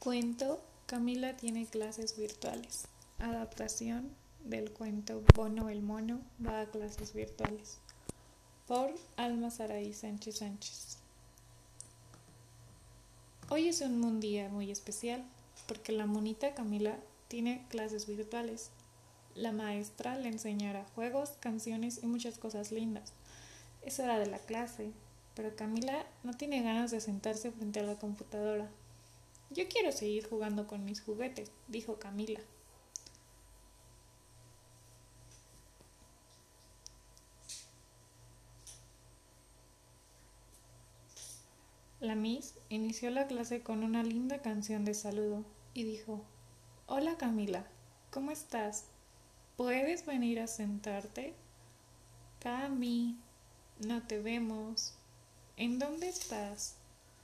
Cuento Camila tiene clases virtuales. Adaptación del cuento Bono el mono va a clases virtuales. Por Alma Saraí Sánchez Sánchez. Hoy es un día muy especial porque la monita Camila tiene clases virtuales. La maestra le enseñará juegos, canciones y muchas cosas lindas. Es hora de la clase, pero Camila no tiene ganas de sentarse frente a la computadora. Yo quiero seguir jugando con mis juguetes, dijo Camila. La Miss inició la clase con una linda canción de saludo y dijo: Hola Camila, ¿cómo estás? ¿Puedes venir a sentarte? Cami, no te vemos. ¿En dónde estás?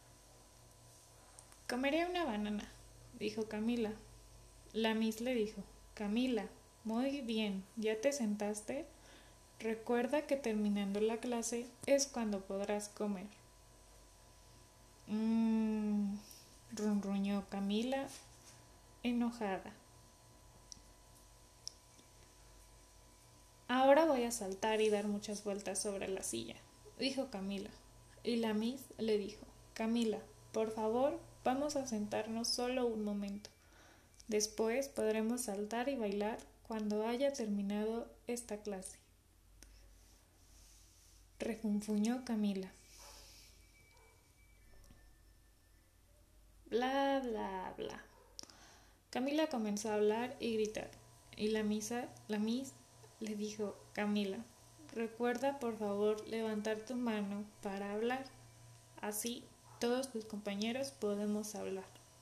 Comeré una banana, dijo Camila. La Miss le dijo: Camila, muy bien, ¿ya te sentaste? Recuerda que terminando la clase es cuando podrás comer. Ronroñó Camila, enojada. Ahora voy a saltar y dar muchas vueltas sobre la silla, dijo Camila. Y la Miss le dijo: Camila, por favor, vamos a sentarnos solo un momento. Después podremos saltar y bailar cuando haya terminado esta clase. Refunfuñó Camila. Bla, bla, bla. Camila comenzó a hablar y gritar, y la Miss le dijo: Camila, recuerda por favor levantar tu mano para hablar. Así todos tus compañeros podemos hablar.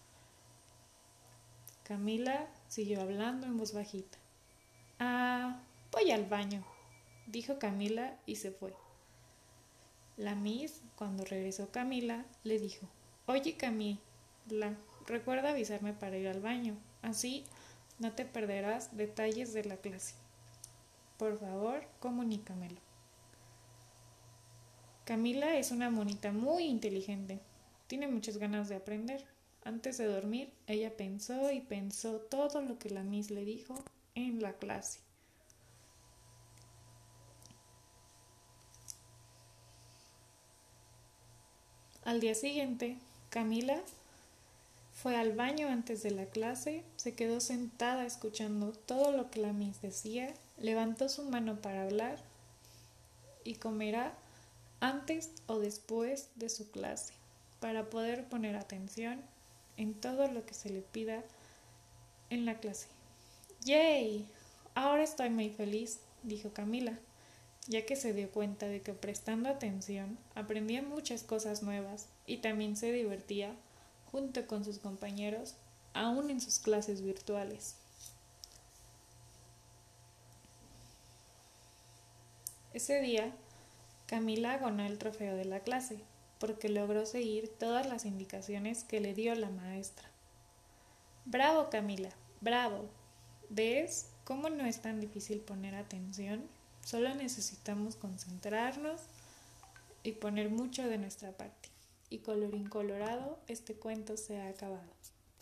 Camila siguió hablando en voz bajita. Voy al baño, dijo Camila y se fue. La Miss, cuando regresó Camila, le dijo: Oye Camila, recuerda avisarme para ir al baño, así no te perderás detalles de la clase. Por favor, comunícamelo. Camila es una monita muy inteligente. Tiene muchas ganas de aprender. Antes de dormir, ella pensó y pensó todo lo que la Miss le dijo en la clase. Al día siguiente, Camila fue al baño antes de la clase, se quedó sentada escuchando todo lo que la Miss decía, levantó su mano para hablar y comerá antes o después de su clase, para poder poner atención en todo lo que se le pida en la clase. ¡Yay! Ahora estoy muy feliz, dijo Camila, ya que se dio cuenta de que prestando atención aprendía muchas cosas nuevas y también se divertía junto con sus compañeros, aún en sus clases virtuales. Ese día, Camila ganó el trofeo de la clase, porque logró seguir todas las indicaciones que le dio la maestra. ¡Bravo, Camila! ¡Bravo! ¿Ves cómo no es tan difícil poner atención? Solo necesitamos concentrarnos y poner mucho de nuestra parte. Y colorín colorado, este cuento se ha acabado.